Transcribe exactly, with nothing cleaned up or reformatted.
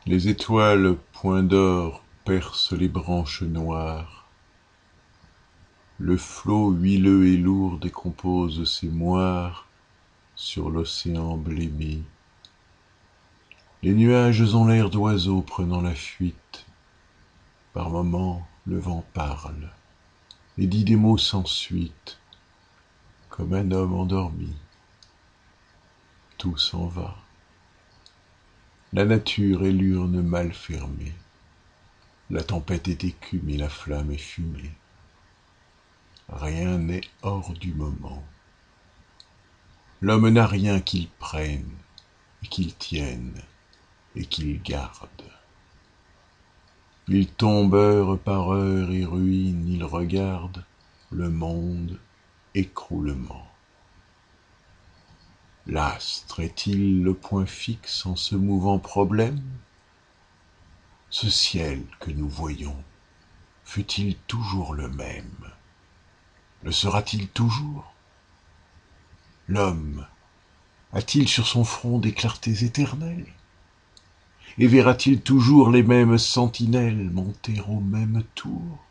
Les étoiles, point d'or, percent les branches noires. Le flot huileux et lourd décompose ses moires sur l'océan blêmi. Les nuages ont l'air d'oiseaux prenant la fuite. Par moments, le vent parle et dit des mots sans suite, comme un homme endormi. Tout s'en va. La nature est l'urne mal fermée. La tempête est écume et la flamme est fumée. Rien n'est hors du moment. L'homme n'a rien qu'il prenne et qu'il tienne et qu'il garde. Il tombe heure par heure et ruine, il regarde le monde écroulement. L'astre est-il le point fixe en ce mouvant problème? Ce ciel que nous voyons, fut-il toujours le même? Le sera-t-il toujours? L'homme a-t-il sur son front des clartés éternelles? Et verra-t-il toujours les mêmes sentinelles monter au même tour?